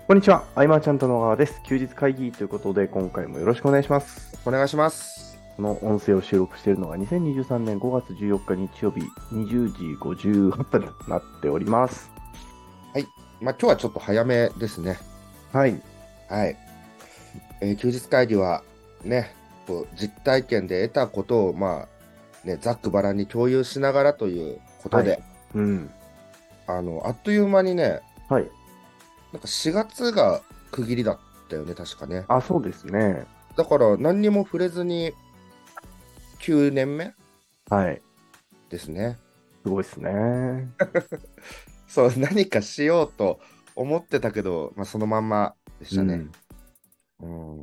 こんにちは、あいまちゃんと野川です。休日会議ということで、今回もよろしくお願いします。 お願いします。 この音声を収録しているのが2023年5月14日日曜日20時58分となっております。 はい。今日はちょっと早めですね。 はい。 はい。休日会議はね、こう実体験で得たことを、ざっくばらんに共有しながらということはい。 で、 うん。 あっという間にね、 はい。 なんか4月が区切りだったよね、確かね。 あ、そうですね。 だから何にも触れずに9年目はい。 ですね。 すごいですね。 そう、何かしようと思ってたけど、そのまんまでしたね。 うん。 うん。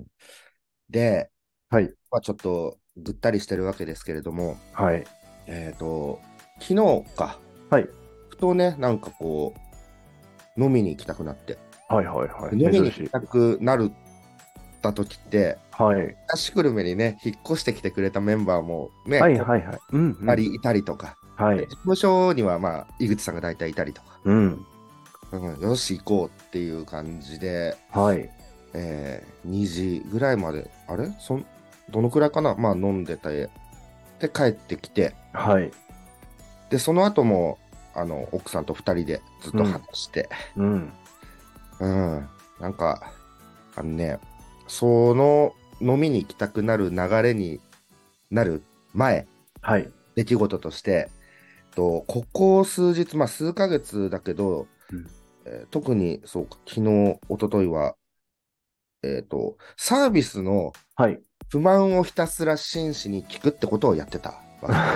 で、 はい。 ちょっとぐったりしてるわけですけれども、 はい。 えっと、昨日か、 はい。 ふとね、なんかこう、飲みに行きたくなって、 はいはいはい。 飲みに珍しい。 行きたくなるった時って、 はい。 東久留米にね、引っ越してきてくれたメンバーもね、 はいはいはい。うんうん。 2人いたりとか、で、 はい。 事務所には井口さんが大体いたりとか、 うん。 よし行こうっていう感じで、 はい。 2時ぐらいまで、どのくらいかな、飲んでて、で、帰ってきて、 はい。 で、その後も、奥さんと2人でずっと話うん。 して、 うん。 うん、なんか、あのね、その飲みに行きたくなる流れになる前、 はい。 出来事として、ここ数日、数ヶ月だけど、 うん。 特にそうか、昨日、一昨日は、サービスのはい。 不満をひたすら真摯に聞くってことをやってたわけ。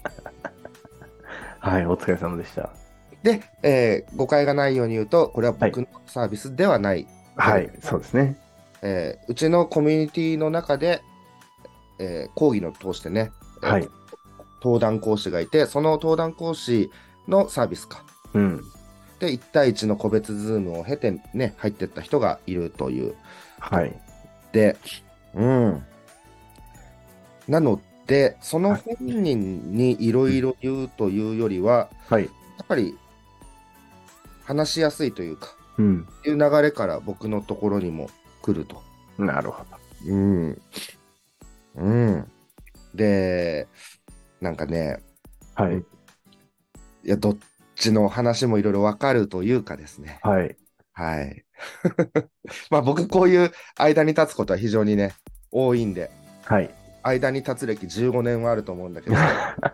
はい、お疲れ様でした。 で、誤解がないように言うと、これははい。 僕のサービスではないけれど、 はい、そうですね。 うちのコミュニティの中で、講義の通してね、 はい。 登壇講師がいて、その登壇講師のサービスか。 うん。 で、1対1の個別ズームを経てね、入っていった人がいるというとこはい。 で、うん。なので、そのはい。 本人にいろうん。 いろ言うというよりは、 はい。 やっぱり話しやすいというか、 うん。 いう流れから僕のところにも来ると。 なるほど。 うん。うん。で、なんかね、うん、 はい。 いや、どっちの話もいろいろわかるというかですね。 はい。 はい。僕こういう間に立つことは非常にね、多いんで、 はい。 間に立つ歴15年はあると思うんだけど、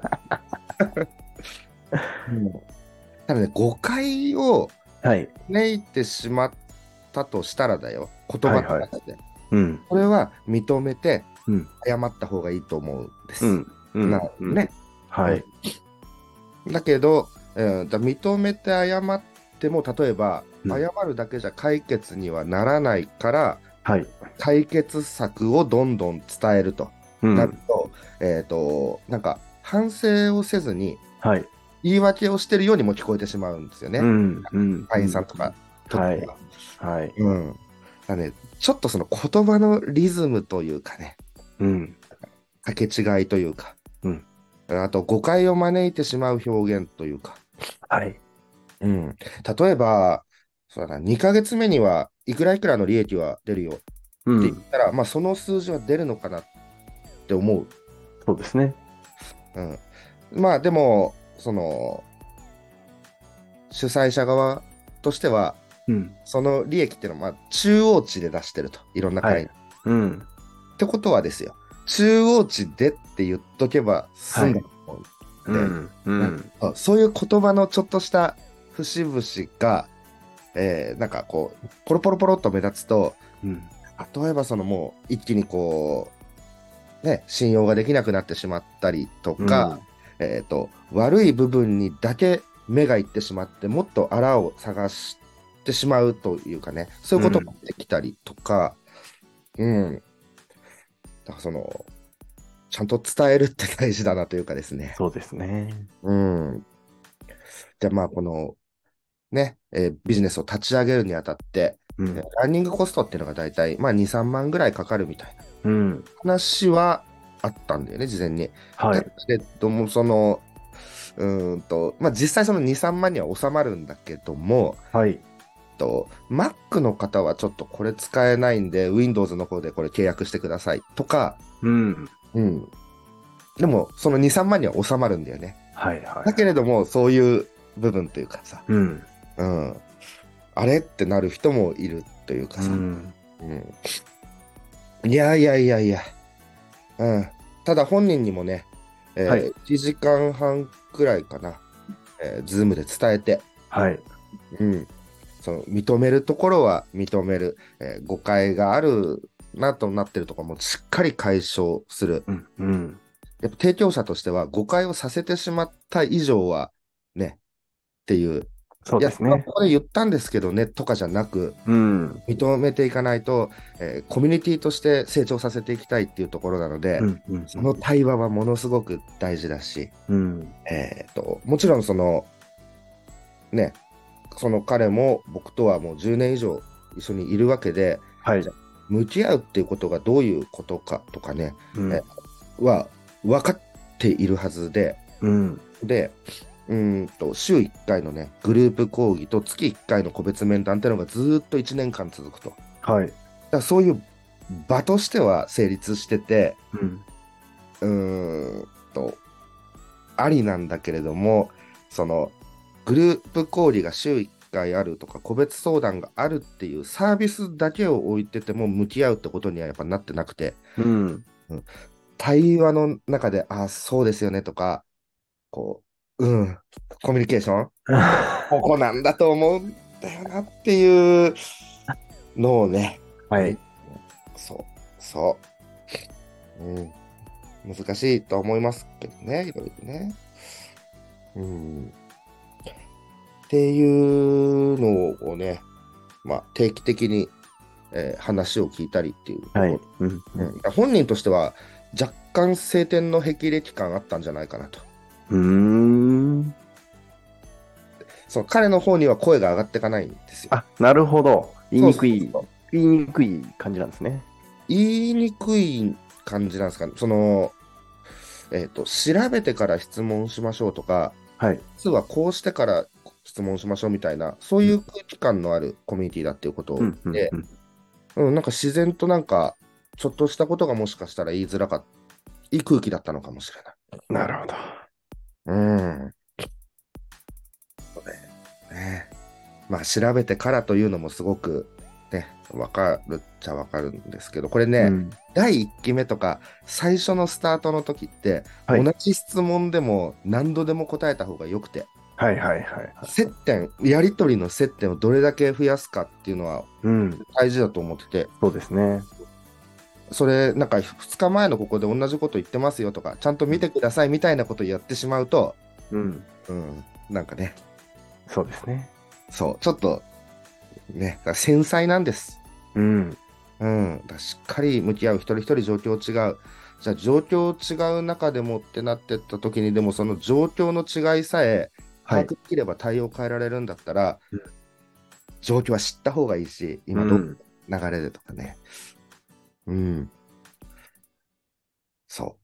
うん、ただね、誤解をはい。 招いてしまったとしたらだよ、言葉はい。はい。 の中で。 うん。 これは認めてうん。 謝った方がいいと思うんです。 うん。うん。うん。 ね。うん。 はい。 だけど、認めて謝っても、例えば、 うん。 謝るだけじゃ解決にはならないから、 はい。 解決策をどんどん伝えるとうん。 なると、なんか反省をせずにはい。 言い訳をしてるようにも聞こえてしまうんですよね。 うん。うん。 会員さうん。 んとかとってはい。 は。 はい。 うん。だね、ちょっとその言葉のリズムというかね、 うん。 掛け違いというか、 うん。 あと誤解を招いてしまう表現というか、 はい。 うん。例えば、そうだな、2ヶ月目にはいくらいくらの利益は出るよって言っうん。 たら、その数字は出るのかなって思う。 そうですね。 うん。でも、その、主催者側としては、 うん。 その利益っていうのは、中央値で出してると。いろんな会員。 はい。 っうん。 てことはですよ。中央値でって言っとけば済んだはい。 と思うんだよね。 うん。うなん。 そういう言葉のちょっとした節々が、なんかこう、ポロポロポロっと目立つと、 うん。 例えばそのもう一気にこう、ね、信用ができなくなってしまったりとか、 うん。 悪い部分にだけ目がいってしまって、もっとあらを探してしまうというかね、そういうこともうん。 できたりとか、うん。だからその、ちゃんと伝えるって大事だなというかですね。 そうですね。 うん。じゃあこのね、ビジネスを立ち上げるにあたって、 うん。 ランニングコストっていうのが大体、2、3万ぐらいかかるみたいなうん。 話はあったんだよね、事前に。だはい。 けども、その、実際その2、3万には収まるんだけども、 はい。 Mac の方はちょっとこれ使えないんで、Windows の方でこれ契約してくださいとか、 うん。 うん。でも、その2、3万には収まるんだよね。 はいはい。 だけれども、そういう部分というかさ、 うん。 うん。あれってなる人もいるというかさ、 うん。 いやいやいやいや、うん。ただ本人にもね、 はい。 1時間半くらいかな、ズームで伝えて、 はい。 うん。その認めるところは認める、誤解があるなとなってるところもしっかり解消する。 うん。うん。 やっぱ提供者としては誤解をさせてしまった以上はね、っていう、いや、 そうですね。 ここで言ったんですけどねとかじゃなく、 うん。 認めていかないと、コミュニティとして成長させていきたいっていうところなので、 うん。うん。 その対話はものすごく大事だし、 うん。 もちろんそのね、その彼も僕とはもう10年以上一緒にいるわけで、 はい。 じゃあ向き合うっていうことがどういうことかとかね、えうん。 は分かっているはずで、 うん。 で、週1回のね、グループ講義と月1回の個別面談っていうのがずーっと1年間続くと。だかはい。 らそういう場としては成立してて、 うん。 うーんと、ありなんだけれども、その、グループ講義が週1回あるとか、個別相談があるっていうサービスだけを置いてても向き合うってことにはやっぱなってなくて、 うん。 うん対話の中で、あ、そうですよねとか、こコミュニケーションここなんだと思うんだよなっていうのをね、みはい。 そう、難しいと思いますけどね、いろいろね。うん、っていうのをね、まあ、定期的に、話を聞いたりっていうとはい。 こうん。うろ、 ん。 本人としては若干晴天の霹靂感あったんじゃないかなと。 うーん。 その彼の方には声が上がっていかないんですよ。 あ、なるほど。言いそうそにくい、 うそう。 言いにくい感じなんですね。 言いにくい感じなんですかね。調べてから質問しましょうとか、 はい。 実はこうしてから質問しましょうみたいな、そういう空気感のあるコミュニティだっていうことうん。うん。 で、 うん。 なんか自然となんか、ちょっとしたことがもしかしたら言いづらかった、いい空気だったのかもしれない。 なるほど。 うん。ね。まあ、調べてからというのもすごくね、わかるっちゃわかるんですけど、これね、 うん。 第1期目とか最初のスタートの時って、同はい。 じ質問でも何度でも答えた方がよくて、 はいはいはいはい。 接点、やり取りの接点をどれだけ増やすかっていうのはうん。 大事だと思ってて、 そうですね。 それ、なんか2日前のここで同じこと言ってますよとか、ちゃんと見てくださいみたいなことをやってしまうと、 うん。 なんかね、 そうですね。 そう、ちょっとね、だから繊細なんです。 うん。 だからしっかり向き合う、一人一人状況違う。じゃあ状況違う中でもってなってった時に、でもその状況の違いさえはい。 把握できれば対応を変えられるんだったら、状況は知った方がいいし、今どううん。 流れでとかね。うん、そう。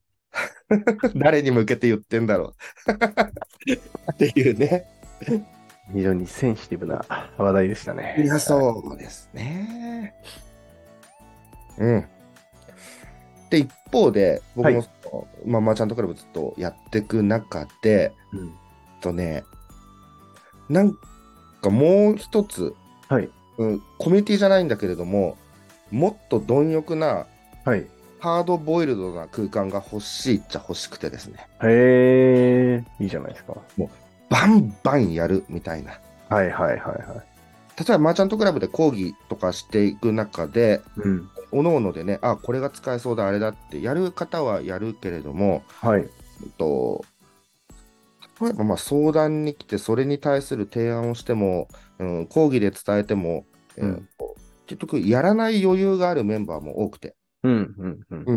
誰に向けて言ってんだろうっていうね。 非常にセンシティブな話題でしたね。 いや、 はい。 そうですね。うん。で、一方で、僕もはい。 その、マーチャントクラブずっとやっていく中で、 うん。 とね、なんかもう一つ、 はい。 コミュニティじゃないんだけれども、もっと貪欲な、 はい。 ハードボイルドな空間が欲しいっちゃ欲しくてですね。 へえ、いいじゃないですか。 もう、バンバンやるみたいな。 はいはいはいはい。 例えば、マーチャントクラブで講義とかしていく中で、 うん。 おのおのでね、あ、これが使えそうだ、あれだってやる方はやるけれども、 はい。 えっと、例えばまあ相談に来て、それに対する提案をしても、講義で伝えても、 うん。 結局やらない余裕があるメンバーも多くて、 うん。うん。うん。 うん、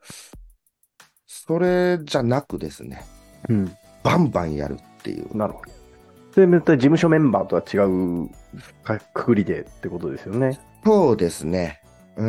それじゃなくですね、 うん。 バンバンやるっていう。 なるほど。それまた事務所メンバーとは違うくくりでってことですよね。 そうですね。うん。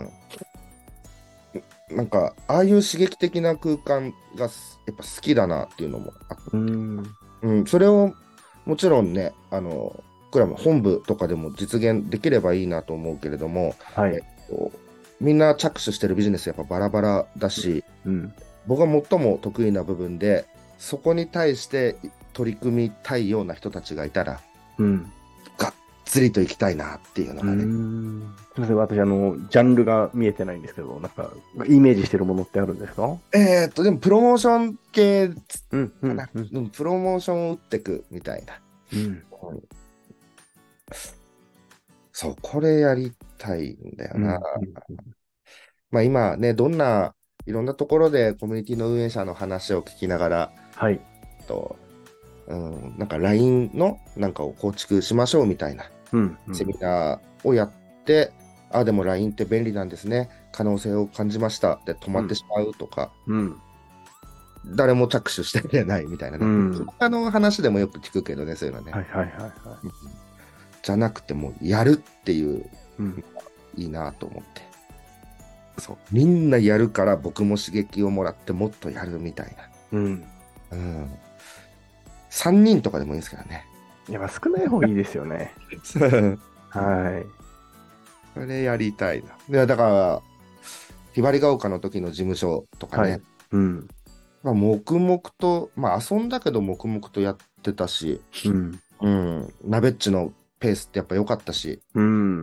なんか、ああいう刺激的な空間がやっぱ好きだなっていうのもあっうーん。 うん、それをもちろんね、 僕らも本部とかでも実現できればいいなと思うけれども、 はい。 みんな着手してるビジネスやっぱバラバラだし、 うん。 僕が最も得意な部分で、そこに対して取り組みたいような人たちがいたら、 うん。 がっつりと行きたいなっていうのうーがね。 ん。すみません、私、ジャンルが見えてないんですけど、なんか、イメージしてるものってあるんですか？ でもプロモーション系うん、うん、 かな。 うん。 うん、プロモーションを打ってくみたいな。 うん。 うん、そう、これやりたいんだよな。 うん、うん。 まあ今ね、いろんなところでコミュニティの運営者の話を聞きながら、 はい。 と、なんか LINE のなんかを構築しましょうみたいなうん、うん。 セミナーをやって、あ、でも LINE って便利なんですね。可能性を感じました。で、止まってうん、 しまうとか、 うん。 誰も着手してくれないみたいなね。 うん。 他の話でもよく聞くけどね、そういうのね。 はい、はい、はい、はい。 うん、じゃなくてもうやるっていううん。 いいなと思って。そう。みんなやるから僕も刺激をもらってもっとやるみたいうん。 な。うん。3人とかでもいいんですけどね。 やっぱ少ない方がいいですよね。はい。 それやりたいな。で、だから、ひばりが丘の時の事務所とかね、 はい。うん。 まあ、黙々と、まあ遊んだけど黙々とやってたし、 うん。 うん、ナベッジのペースってやっぱ良かったし、 うん。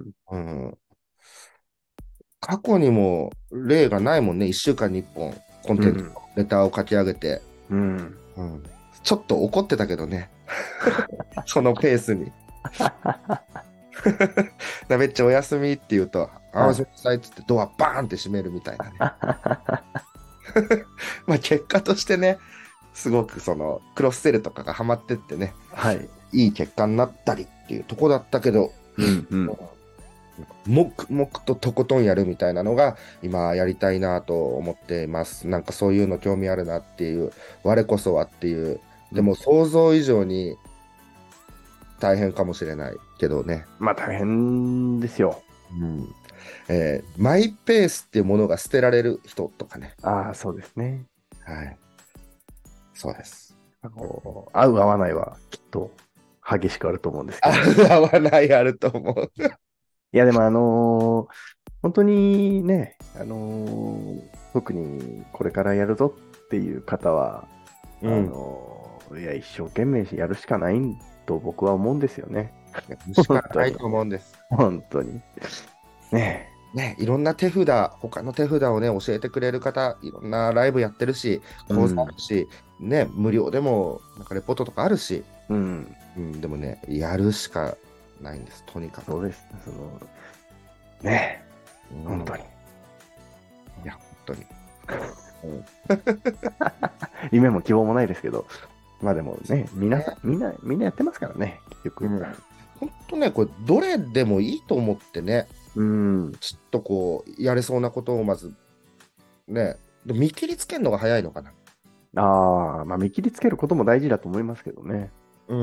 うん、過去にも例がないもんね、1週間に1本コンテンツ、 うん。 レターを書き上げて、 うん。 うん、ちょっと怒ってたけどね、そのペースに。ナベッジお休みって言うと、あ、おやすはい。 みなさいっつってドアバーンって閉めるみたいなね。まあ結果としてね、すごくそのクロスセルとかがハマってってね、 はい。 いい結果になったりっていうとこだったけど、 うん。うん。 黙々ととことんやるみたいなのが今やりたいなと思っています。なんかそういうの興味あるなっていう、我こそはっていう、 うん。 でも想像以上に大変かもしれないけどね。 まあ大変ですよ。 うん、マイペースっていうものが捨てられる人とかね。 ああ、そうですね。 はい。そうです。 合う合わないはきっと激しくあると思うんですけあ、 ど。 合わないあると思う。 いや、でも本当にね、特にこれからやるぞっていう方は、 うん。 いや、一生懸命やるしかないと僕は思うんですよね。 しかない本当に。 と思うんです。 本当に。ねね、いろんな手札、他の手札をね、教えてくれる方、いろんなライブやってるし、 え。う講座あん。 るし、ね、無料でも、なんかレポートとかあるし、 うん。 うん、でもね、やるしかないんです、とにかく。 そうです。ねうん、 本当に。 いや、本当に。うん、 夢も希望もないですけど、まあでもね、皆さん、 ね、 みんなやってますからね、結局。 うん、本当ね、これ、どれでもいいと思ってね、 うん。 ちょっとこう、やれそうなことをまず、ね、で見切りつけるのが早いのかな。 ああ、まあ見切りつけることも大事だと思いますけどね。 うん、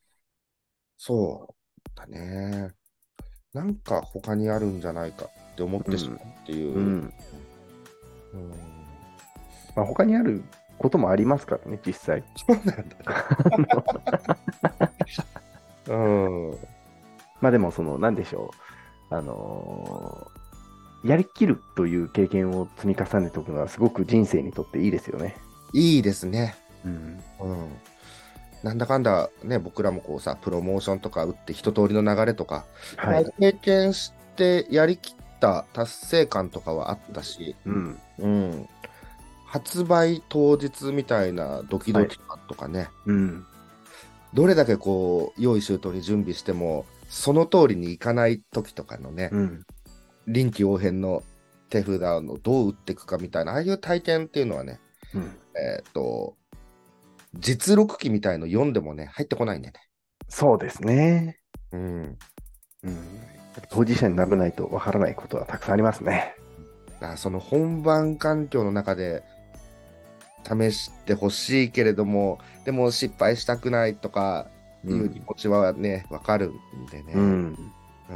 そうだね。なんか他にあるんじゃないかって思っうん。 てしまうっていう。 うん。 うん、 まあ他にあることもありますからね、実際。 そうなんだね。うん。 まあでも、なんでしょう。やりきるという経験を積み重ねておくのはすごく人生にとっていいですよね。 いいですね。 うん。 うん。なんだかんだね、僕らもこうさ、プロモーションとか打って一通りの流れとか、やっぱはい。 り経験してやりきった達成感とかはあったし、 うん。 うん。発売当日みたいなドキはい。 ドキ感とかね、 うん。 どれだけこう、用意周到に準備しても、その通りにいかない時とかのね、 うん。 臨機応変の手札のどう打っていくかみたいな、ああいう体験っていうのはね、 うん。 えっと、実録機みたいの読んでもね、入ってこないんでね。 そうですね。 うん。 うん。当事者にならないとわからないことはたくさんありますね。 だからその本番環境の中で試してほしいけれども、でも失敗したくないとかいう気うん。 持ちはね、わかるんでね。 うん。 うん。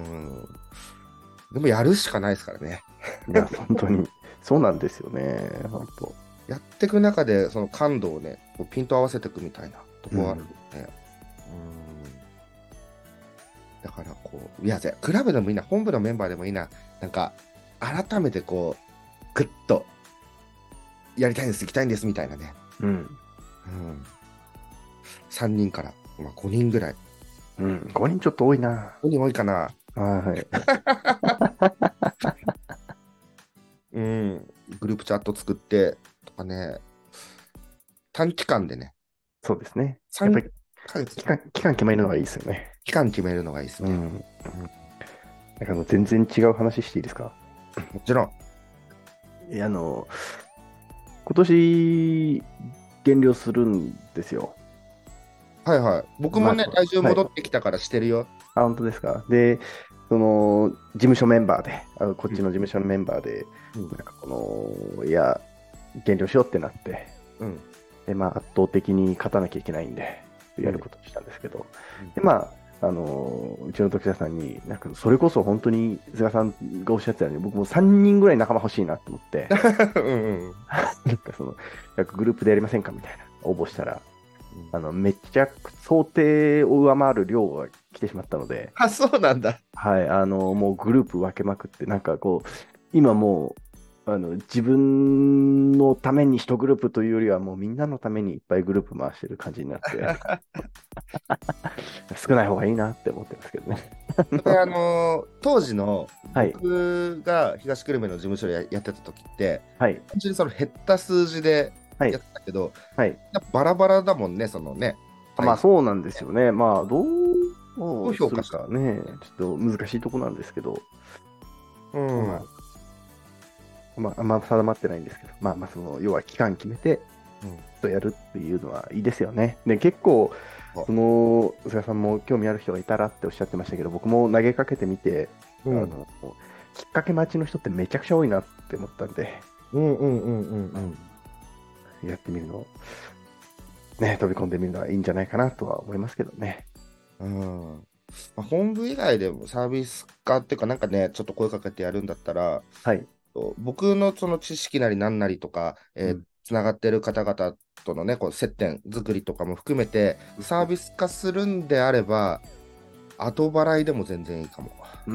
でもやるしかないですからね。 いや、本当に、そうなんですよね。本当。 やっていく中で、その感度をね、こうピント合わせていくみたいなとこはあるうん。 んでね。 いや、クラブのみんな、本部のメンバーでもいいな、なんか、改めてこう、ぐっと、やりたいんです、行きたいんですみたいなね。 うん。 うん。3人から、まあ、5人ぐらい。 うん。5人ちょっと多いな。 5人多いかな。 はい。 うん。グループチャット作ってとかね、短期間でね、 そうですね。やっぱ 3 りヶ月、 期間決めるのがいいですよね。 期間決めるのがいいですね。 うん。 うん、 なんか全然違う話していいですか？ もちろん。 いや、今年減量するんですよ。 はいはい。僕もまね、体重あ、はい。 戻ってきたからしてるよ。 あ、本当ですか。で、事務所メンバーで、こっうん。 ちの事務所のメンバーで、 うん。 なんかいや、減量しようってなって、 うん。 で、まあ、圧倒的に勝たなきゃいけないんで、 うん。 やることにしたんですけど、 うん。 で、まあ、うちの時田さんに、なんか、それこそ本当に菅さんがおっしゃってたように、僕も3人ぐらい仲間欲しいなと思って、 うんうん。 なんかなんかグループでやりませんかみたいな応募したら、 うん。 めっちゃ想定を上回る量が来てしまったので、 あ、そうなんだ。 はい、もうグループ分けまくって、なんかこう、今もう、自分のために一グループというよりは、もうみんなのためにいっぱいグループ回してる感じになって、少ない方がいいなって思ってますけどね。 で、当時のはい、 僕が東久留米の事務所でやってた時って、 はい、 単純にその減った数字ではい、 やってたけど、 はい。 やっぱバラバラだもんね、そのね、 まあ体重。 そうなんですよね。まあどうどうする評価した？ かね、ちょっと難しいとこなんですけど、 うん。 まあ、あんま定まってないんですけど、まあ要は期間決めて、 うん。 とやるっていうのはいいですよね。で、結構、 あ、 菅さんも興味ある人がいたらっておっしゃってましたけど、僕も投げかけてみて、 うん。 きっかけ待ちの人ってめちゃくちゃ多いなって思ったんで、 うんうんうんうんうん。 やってみるの、ね、飛び込んでみるのはいいんじゃないかなとは思いますけどね。 うん。まあ、本部以外でもサービス化っていうか、なんかね、ちょっと声かけてやるんだったら、 はい。 僕のその知識なりなんなりとか、 うん。 つながってる方々とのね、こう接点作りとかも含めて、サービス化するんであれば、後払いでも全然いいかも。 うん。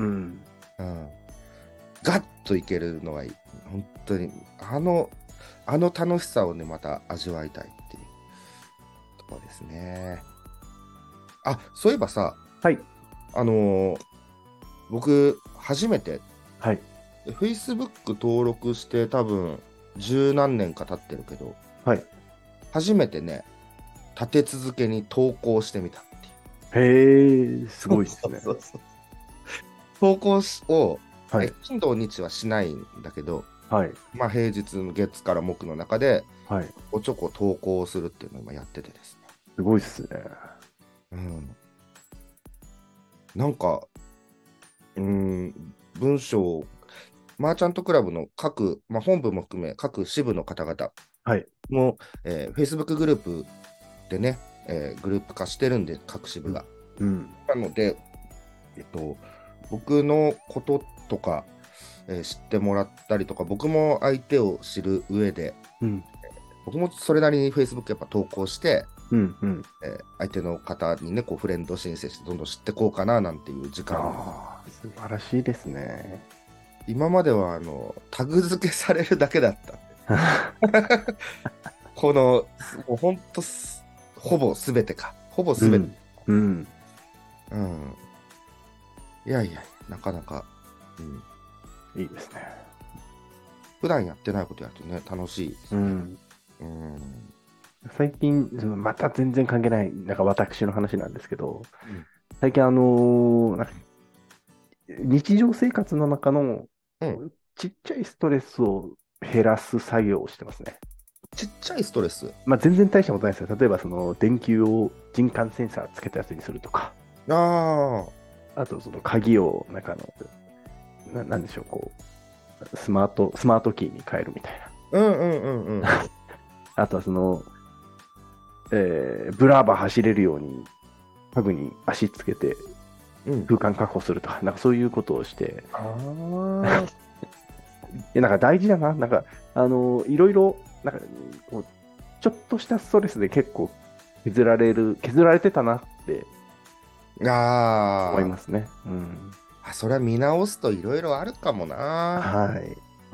うん。ガッといけるのがいい。本当に。あの楽しさをね、また味わいたいっていうところですね。あ、そういえばさ、 はい。 あのー僕、初めて、 はい。 Facebook 登録して多分、十何年か経ってるけど、 はい。 初めてね、立て続けに投稿してみたっていう。 へえ、すごいですね。 そうそうそう。投稿を、 はい。 金土日はしないんだけど、 はい。 まあ平日の月から木の中で、 はい。 おちょこ投稿するっていうのを今やっててですね。 すごいですね。 うん。なんか、文章、マーチャントクラブの各、まあ、本部も含め各支部の方々 はい。 も、Facebook グループでね、グループ化してるんで、各支部うん。 が。 うん。 なので、僕のこととか、知ってもらったりとか、僕も相手を知る上で、 うん。 僕もそれなりに Facebook やっぱ投稿して、 うん。うん。 相手の方にね、こうフレンド申請してどんどん知っていこうかななんていう時間。 ああ、素晴らしいですね。 今まではタグ付けされるだけだった。この、もうほんとほぼすべてか。ほぼすべて。 うん。うん。 うん。いやいや、なかなか、うん。 いいですね。 普段やってないことやるとね、楽しいですよね。 うん。 うん。 最近、また全然関係ない、なんか私の話なんですけど、 うん。 最近なんか日常生活の中のうん。 ちっちゃいストレスを減らす作業をしてますね。 ちっちゃいストレス。 まあ、全然大したことないですよ。例えば、電球を人感センサーつけたやつにするとか、 ああ。 あと、鍵を、なんかなんでしょう、スマートキーに変えるみたいうんうんうんうん。 な。あとは、ブラーバ走れるように、家具に足つけてうん。 空間確保するとか、なんかそういうことをして、 ああ。 なんか大事だな。なんか、いろいろ、なんか、こうちょっとしたストレスで結構削られてたなってあ思いますね。うん。 あ、それは見直すといろいろあるかもな。 はい。 うん。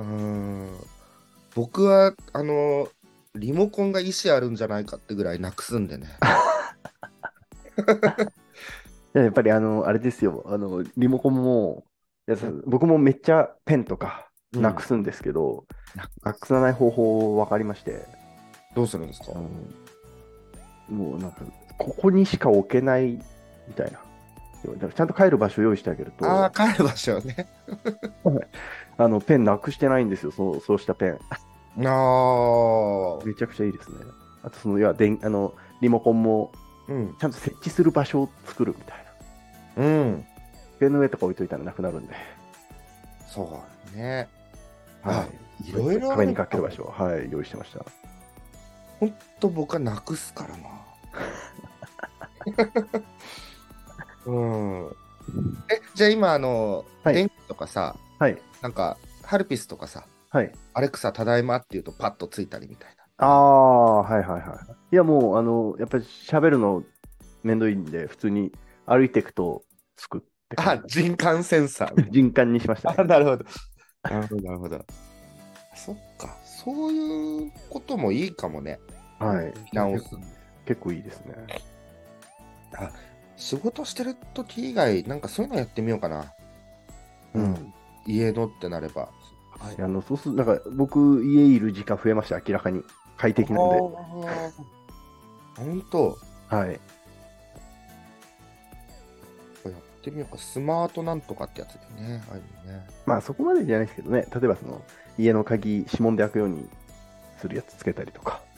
僕は、リモコンが意思あるんじゃないかってぐらいなくすんでね。 やっぱりあれですよ。リモコンも、僕もめっちゃペンとかうん。 なくすんですけど、 ななくさない方法分かりまして、 どうするんですか？ もうなんか、ここにしか置けないみたいな。だからちゃんと帰る場所を用意してあげるああと、 ー、帰る場所ね。 はいペンなくしてないんですよ。そうしたペン。 ああ、 めちゃくちゃいいですね。あと、要はリモコンもうん、 ちゃんと設置する場所を作るみたいな。 うん。 机の上とか置いといたらなくなるんで。 そうね。あ、 はい。 いそういっろいろあた壁にるかも。 かける場所を、はい、用意してました。 ほんと僕はなくすからな。うん。じゃあ今、 はい。 電気とかさ、 はい。 なんか、ハルピスとかさ、 はい。 アレクサ、ただいまって言うとパッとついたりみたいな。 ああ、はいはいはい。いやもう、やっぱり喋るのめんどいんで、普通に歩いていくとつくって感あ、 じです。 人感センサーみたい人感にしましたな。あ、 ね。 なるほど。なるほど、なるほど。そっか、そういうこともいいかもね。見はい。 直す。 結構いいですね。 あ、仕事してる時以外、なんかそういうのやってみようかな。うん。 うん。 家のってなれば。はい。 そうする、なんか僕、家いる時間増えました、明らかに。快あ適なんで。 あ、本当。 はい。 やってみようか。スマートなんとかってやつでね。ああいうのね。 まあそこまでじゃないですけどね、例えば家の鍵、指紋で開くようにするやつつけたりとか。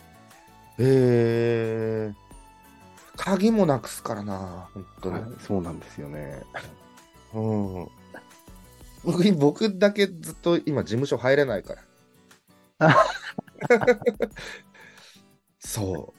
鍵もなくすからな。本当に。 はい、そうなんですよね。 うん。僕だけずっと今事務所入れないから。そう。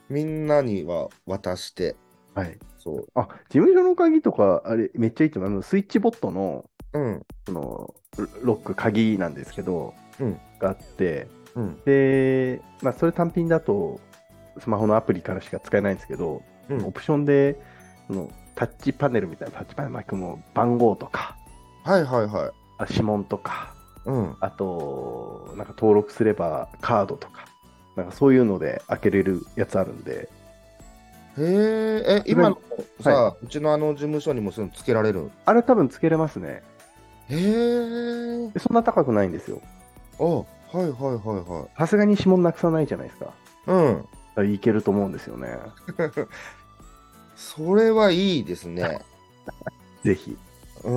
みんなには渡して、 はい。 そあ、事務所の鍵とか、あれ、めっちゃいいと思う。スイッチボットの、 う。うん、 ロック、鍵なんですけど、 うん、 があって、 うん、 で、まあ、それ単品だと、スマホのアプリからしか使えないんですけど、 うん。 オプションで、タッチパネルみたいな、タッチパネル、まあ、番号とか、 はいはいはい。 指紋とか、 うん。 あと、なんか登録すればカードとか、なんかそういうので開けれるやつあるんで、 へえ、 それ、 今のはい。 さ、うちの事務所にもそういうのつけられる？ あれ多分つけれますね。 へえ、 でそんな高くないんですよ。 あ、はいはいはいはい。 さすがに指紋なくさないじゃないですか。だかうん。 らいけると思うんですよね。 それはいいですね。 ぜひ。 うん。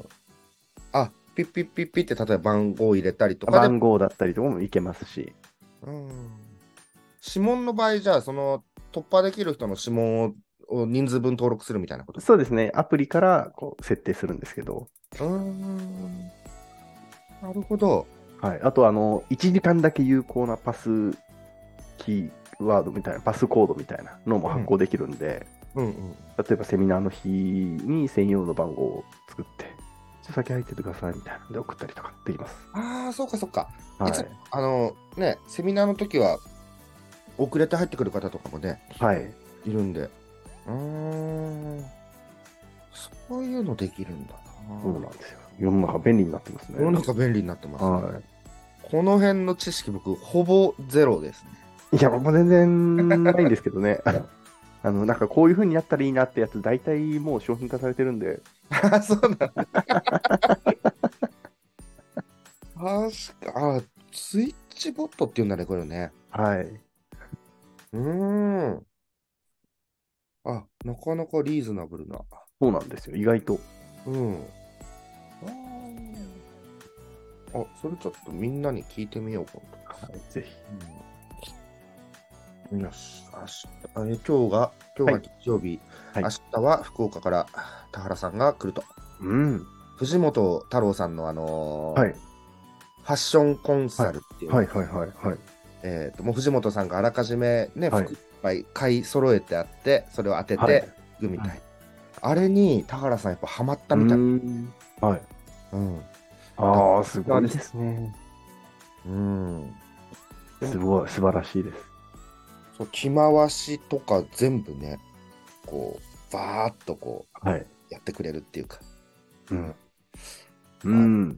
あ、ピッピッピッピッって例えば番号を入れたりとかで、 番号だったりとかもいけますし。 うん。指紋の場合、じゃあ、その突破できる人の指紋を人数分登録するみたいなこと？ そうですね。アプリからこう設定するんですけど、 うーん。なるほど。 はい。あと、1時間だけ有効なパスキーワードみたいな、パスコードみたいなのもうん。 発行できるんで、 うんうん。 例えばセミナーの日に専用の番号を作って、先入っててくださいみたいなので送ったりとかできます。 ああ、そうかそうか。いつも、 はい。 セミナーの時は遅れて入ってくる方とかもね、 はい。 いるんで。うーん。そういうのできるんだそうなな。 んですよ。世の中便利になってますね。 世の中便利になってますね。 はこの辺の知識、僕、ほぼゼロですね。 い。いや、もう全然ないんですけどね。なんかこういう風になったらいいなってやつ、大体もう商品化されてるんで。 あ、そうなんだ。確か、スイッチボットっていうんだね、これね。 はい。 うーん。あ、なかなかリーズナブルな。 そうなんですよ。意外と。 うん。それちょっとみんなに聞いてみよう、今はい。ぜひ。 度。よし、今日がはい。 日曜日、 はい。 明日は福岡から田原さんが来ると。 うん。 藤本太郎さんのはい。 ファッションコンはい。 サルっていうのはい。 が、 はい。はい。はい。 もう藤本さんがあらかじめね、 はい。 服いっぱい買い揃えてあって、それを当てはい。 ていくみたいな。あれに田原さんやっぱハマったうーみたい。 ん。はい。 うん。だああ、すごいでからです。 すね。 うん。でも、 すごい、素晴らしいです。 そう着回しとか全部ね、こう、 バーっとこはい。 う、やってくれるっていうか、 うん。うん。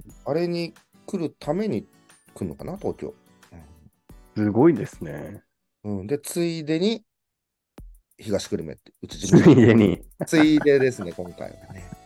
あれに来るために来るのかな、東京。 すごいですね。 うん、で、ついでに東久留米って、うち事つ務所。 いでに。 ついでですね、今回はね。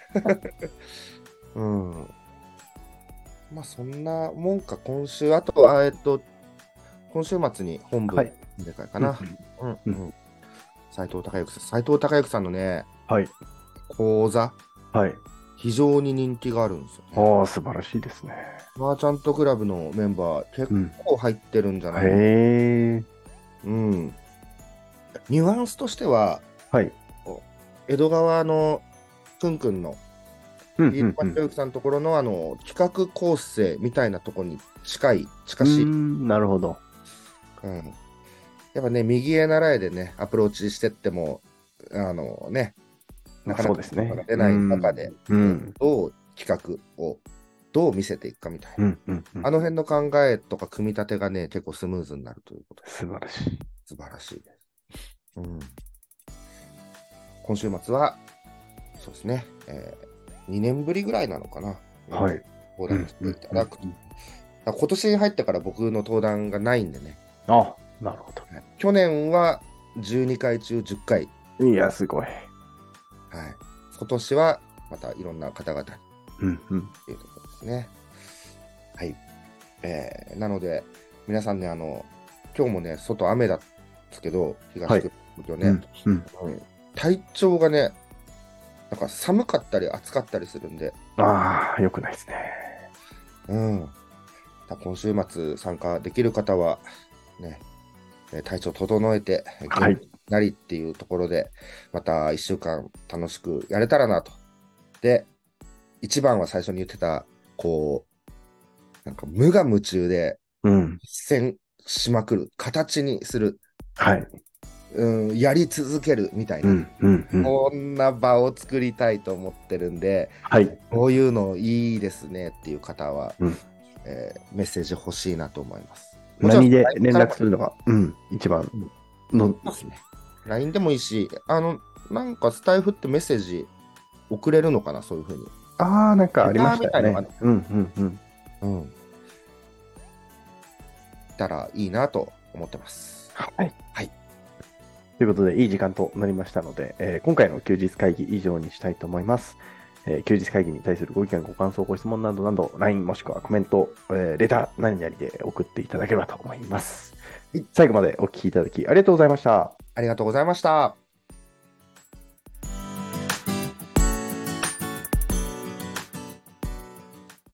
うん。まあ、そんなもんか、今週、あとは、今週末に本部はい。 でかいかうんな。うん、 うん。 うん。斎藤孝之さんのね、 はい。 講座、 はい。 非常に人気があるんですよね。 ああ、素晴らしいですね。 マーチャントクラブのメンバー、結うん。 構入ってるんじゃないの。 へえ。 うん。ニュアンスとしては、 はい。 江戸川のくんくんのうん飯うん沼ひろゆきさんのところの企画構成みたいなところに近うん。 しい。 なるほど。 うん。やっぱね、右へ習えでね、アプローチしてっても、ね、なかなかそうですね。 効果が出ない中で、 うん。 どう企画をどう見せていくかみたいな。 うんうんうん。 あの辺の考えとか組み立てがね、結構スムーズになるということで、 素晴らしい。 素晴らしいです。うん。今週末は、そうですね、2年ぶりぐらいなのかな。 はい。 登壇していただくと。今年入ってから僕の登壇がないんでね。 あ、なるほど。 去年は12回中10回。 いや、すごい。 はい。今年はまたいろんな方々にうんうん。 っていうところですね。はい。なので、皆さんね、今日もね、外雨だったんですけど、東区東京ね、 うん体調がね、なんか寒かったり暑かったりするんで、 ああ、よくないですね。 うん。今週末参加できる方は、ね、体調整えて、 はい元気になりっていうところで、また1週間楽しくやれたらなと。で、一番は最初に言ってた、こう、なんか無我夢中でうん。 実践しまくる、形にする、 はい。 やり続けるみたいな、 うんうんうん。 こんな場を作りたいと思ってるんで、 はい。 こういうのいいですねっていう方は、 うん。 メッセージ欲しいなと思います。 何で連絡するのが、一番の。 そうですね。LINE でもいいし、なんかスタイフってメッセージ送れるのかな、そういうふうに。 ああ、なんかありましたよねレターみたいのが。 うんうんうん。 うん。たらいいなと思ってます。 はい。 はい。 ということで、いい時間となりましたので、今回の休日会議以上にしたいと思います。休日会議に対するご意見、ご感想、ご質問などなど、LINE もしくはコメント、レター、何々で送っていただければと思います。最後までお聞きいただきありがとうございました。 ありがとうございました。